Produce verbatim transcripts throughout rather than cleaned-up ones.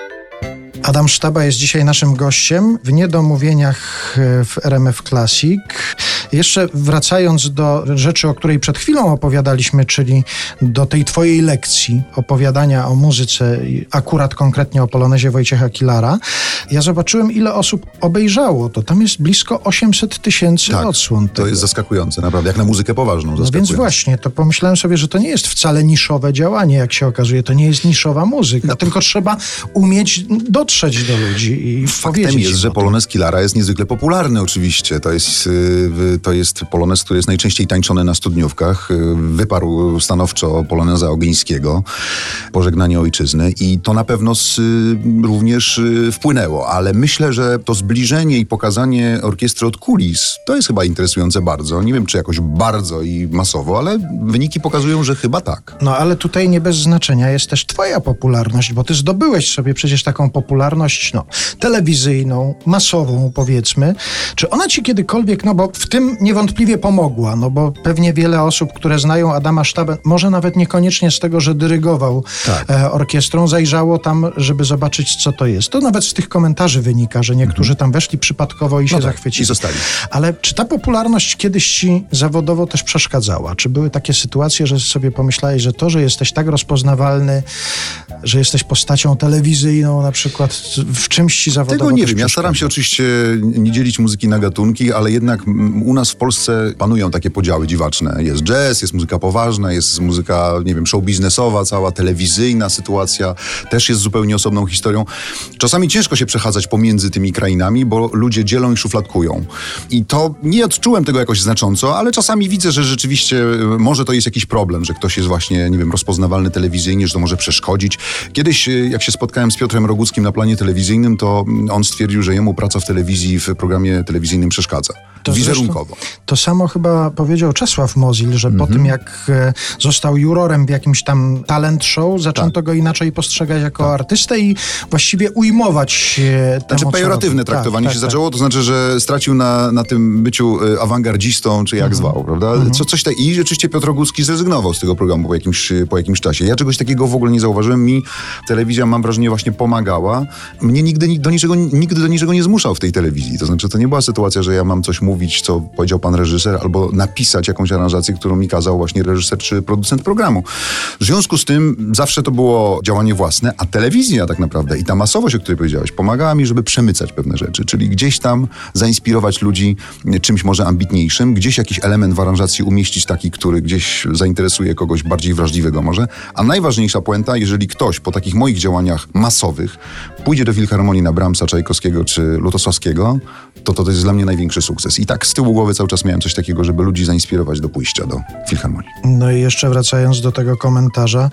Adam Sztaba jest dzisiaj naszym gościem w Niedomówieniach w R M F Classic. Jeszcze wracając do rzeczy, o której przed chwilą opowiadaliśmy, czyli do tej twojej lekcji opowiadania o muzyce, akurat konkretnie o polonezie Wojciecha Kilara, ja zobaczyłem, ile osób obejrzało to. Tam jest blisko osiemset tysięcy tak, odsłon. To jest zaskakujące, naprawdę, jak na muzykę poważną. No więc właśnie, to pomyślałem sobie, że to nie jest wcale niszowe działanie, jak się okazuje. To nie jest niszowa muzyka, no. Tylko trzeba umieć dotrzeć do ludzi i Faktem powiedzieć. jest, że polonez Kilara jest niezwykle popularny oczywiście. To jest, to jest polonez, który jest najczęściej tańczony na studniówkach. Wyparł stanowczo poloneza Ogińskiego, Pożegnanie ojczyzny, i to na pewno z, również wpłynęło, ale myślę, że to zbliżenie i pokazanie orkiestry od kulis, to jest chyba interesujące bardzo. Nie wiem, czy jakoś bardzo i masowo, ale wyniki pokazują, że chyba tak. No ale tutaj nie bez znaczenia jest też twoja popularność, bo ty zdobyłeś sobie przecież taką popularność no, telewizyjną, masową powiedzmy. Czy ona ci kiedykolwiek, no bo w tym niewątpliwie pomogła, no bo pewnie wiele osób, które znają Adama Sztabę, może nawet niekoniecznie z tego, że dyrygował tak. e, orkiestrą, zajrzało tam, żeby zobaczyć, co to jest. To nawet z tych komentarzy wynika, że niektórzy tam weszli przypadkowo i się no tak, zachwycili. I zostali. Ale czy ta popularność kiedyś ci zawodowo też przeszkadzała? Czy były takie sytuacje, że sobie pomyślałeś, że to, że jesteś tak rozpoznawalny, że jesteś postacią telewizyjną na przykład, w czymś ci zawodowo Tego nie wiem. przeszkadza? Ja staram się oczywiście nie dzielić muzyki na gatunki, ale jednak u nas w Polsce panują takie podziały dziwaczne. Jest jazz, jest muzyka poważna, jest muzyka, nie wiem, show biznesowa, cała telewizyjna sytuacja też jest zupełnie osobną historią. Czasami ciężko się przechadzać pomiędzy tymi krainami, bo ludzie dzielą i szufladkują. I to nie odczułem tego jakoś znacząco, ale czasami widzę, że rzeczywiście może to jest jakiś problem, że ktoś jest właśnie, nie wiem, rozpoznawalny telewizyjnie, że to może przeszkodzić. Kiedyś, jak się spotkałem z Piotrem Roguckim na planie telewizyjnym, to on stwierdził, że jemu praca w telewizji, w programie telewizyjnym przeszkadza. To wizerunkowo. To samo chyba powiedział Czesław Mozil, że po mhm. tym jak e, został jurorem w jakimś tam talent show, zaczęto tak. go inaczej postrzegać jako tak. artystę i właściwie ujmować e, Znaczy pejoratywne traktowanie tak, się tak, zaczęło, tak. to znaczy, że stracił na, na tym byciu e, awangardzistą, czy jak mhm. zwał, prawda? Mhm. Co, coś tak. I rzeczywiście Piotr Rogucki zrezygnował z tego programu po jakimś, po jakimś czasie. Ja czegoś takiego w ogóle nie zauważyłem. Mi telewizja, mam wrażenie, właśnie pomagała. Mnie nigdy do niczego, nigdy do niczego nie zmuszał w tej telewizji. To znaczy, to nie była sytuacja, że ja mam coś mówić, co powiedział pan reżyser, albo napisać jakąś aranżację, którą mi kazał właśnie reżyser czy producent programu. W związku z tym zawsze to było działanie własne, a telewizja tak naprawdę i ta masowość, o której powiedziałeś, pomagała mi, żeby przemycać pewne rzeczy, czyli gdzieś tam zainspirować ludzi czymś może ambitniejszym, gdzieś jakiś element w aranżacji umieścić taki, który gdzieś zainteresuje kogoś bardziej wrażliwego może, a najważniejsza puenta, jeżeli ktoś po takich moich działaniach masowych pójdzie do Filharmonii na Brahmsa, Czajkowskiego czy Lutosławskiego, to to jest dla mnie największy sukces. I tak z tyłu głowy cały czas miałem coś takiego, żeby ludzi zainspirować do pójścia do Filharmonii. No i jeszcze wracając do tego komentarza,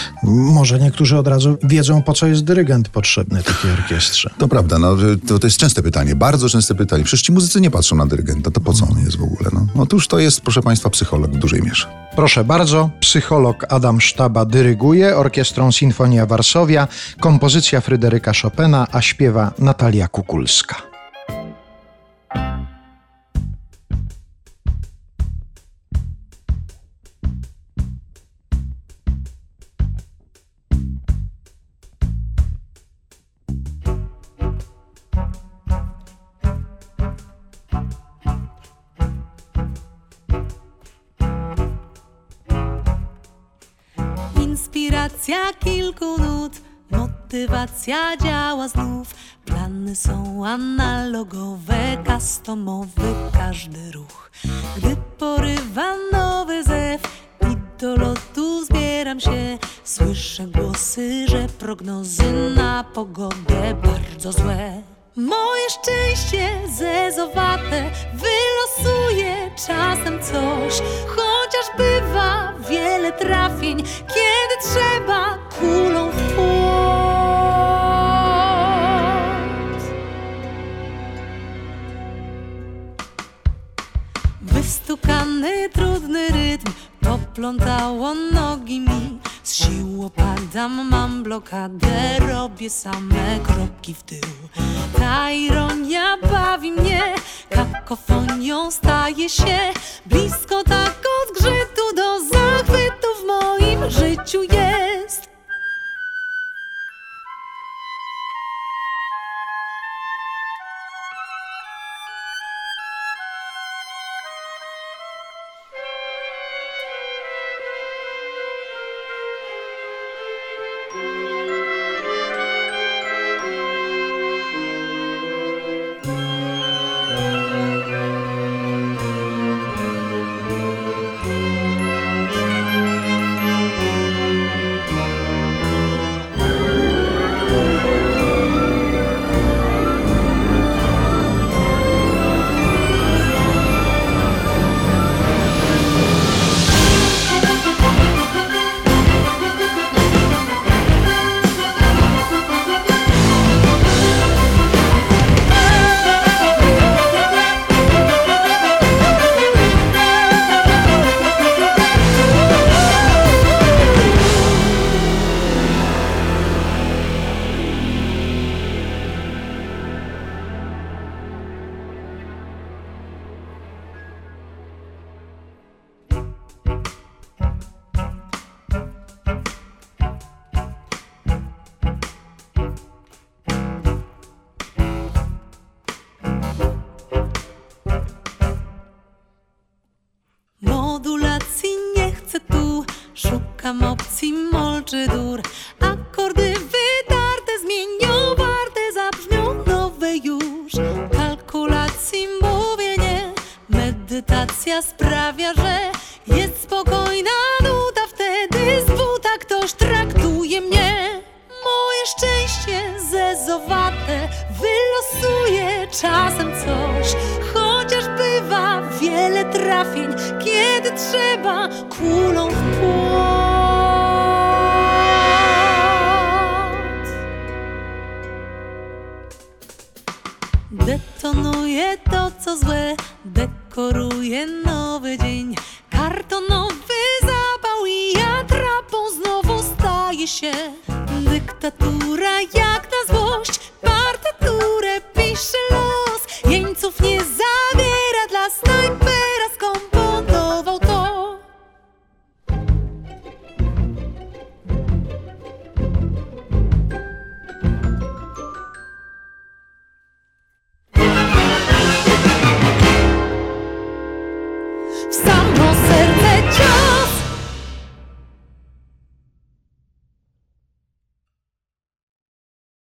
może niektórzy od razu wiedzą, po co jest dyrygent potrzebny takiej orkiestrze. To prawda, no, to, to jest częste pytanie, bardzo częste pytanie. Przecież ci muzycy nie patrzą na dyrygenta, to po co on jest w ogóle? No? Otóż to jest, proszę państwa, psycholog w dużej mierze. Proszę bardzo, psycholog Adam Sztaba dyryguje orkiestrą Sinfonia Varsovia, kompozycja Fryderyka Chopina, a śpiewa Natalia Kukulska. Inspiracja kilku nut, motywacja działa znów. Plany są analogowe, customowy każdy ruch. Gdy porywa nowy zew i do lotu zbieram się, słyszę głosy, że prognozy na pogodę bardzo złe. Moje szczęście zezowate wylosuje czasem coś, chociaż bywa wiele trafień, kiedy trzeba kulą w płot. Wystukany, trudny rytm poplątało nogi mi. Z sił opadam, mam blokadę, robię same kroki w tył. Ta ironia bawi mnie, kakofonią staje się. Blisko tak od zgrzytu do zachwytu w moim życiu jest. czy dur. Akordy wydarte zmienią warte, zabrzmią nowe już. Kalkulacji mówię nie, medytacja sprawia, że jest spokojna nuda. Wtedy z buta ktoś traktuje mnie. Moje szczęście zezowate wylosuje czasem coś, chociaż bywa wiele trafień, kiedy trzeba kulą w płot. Detonuje to, co złe, dekoruje nowy dzień. Kartonowy zapał i atrapą znowu staje się dyktatura jak na złe.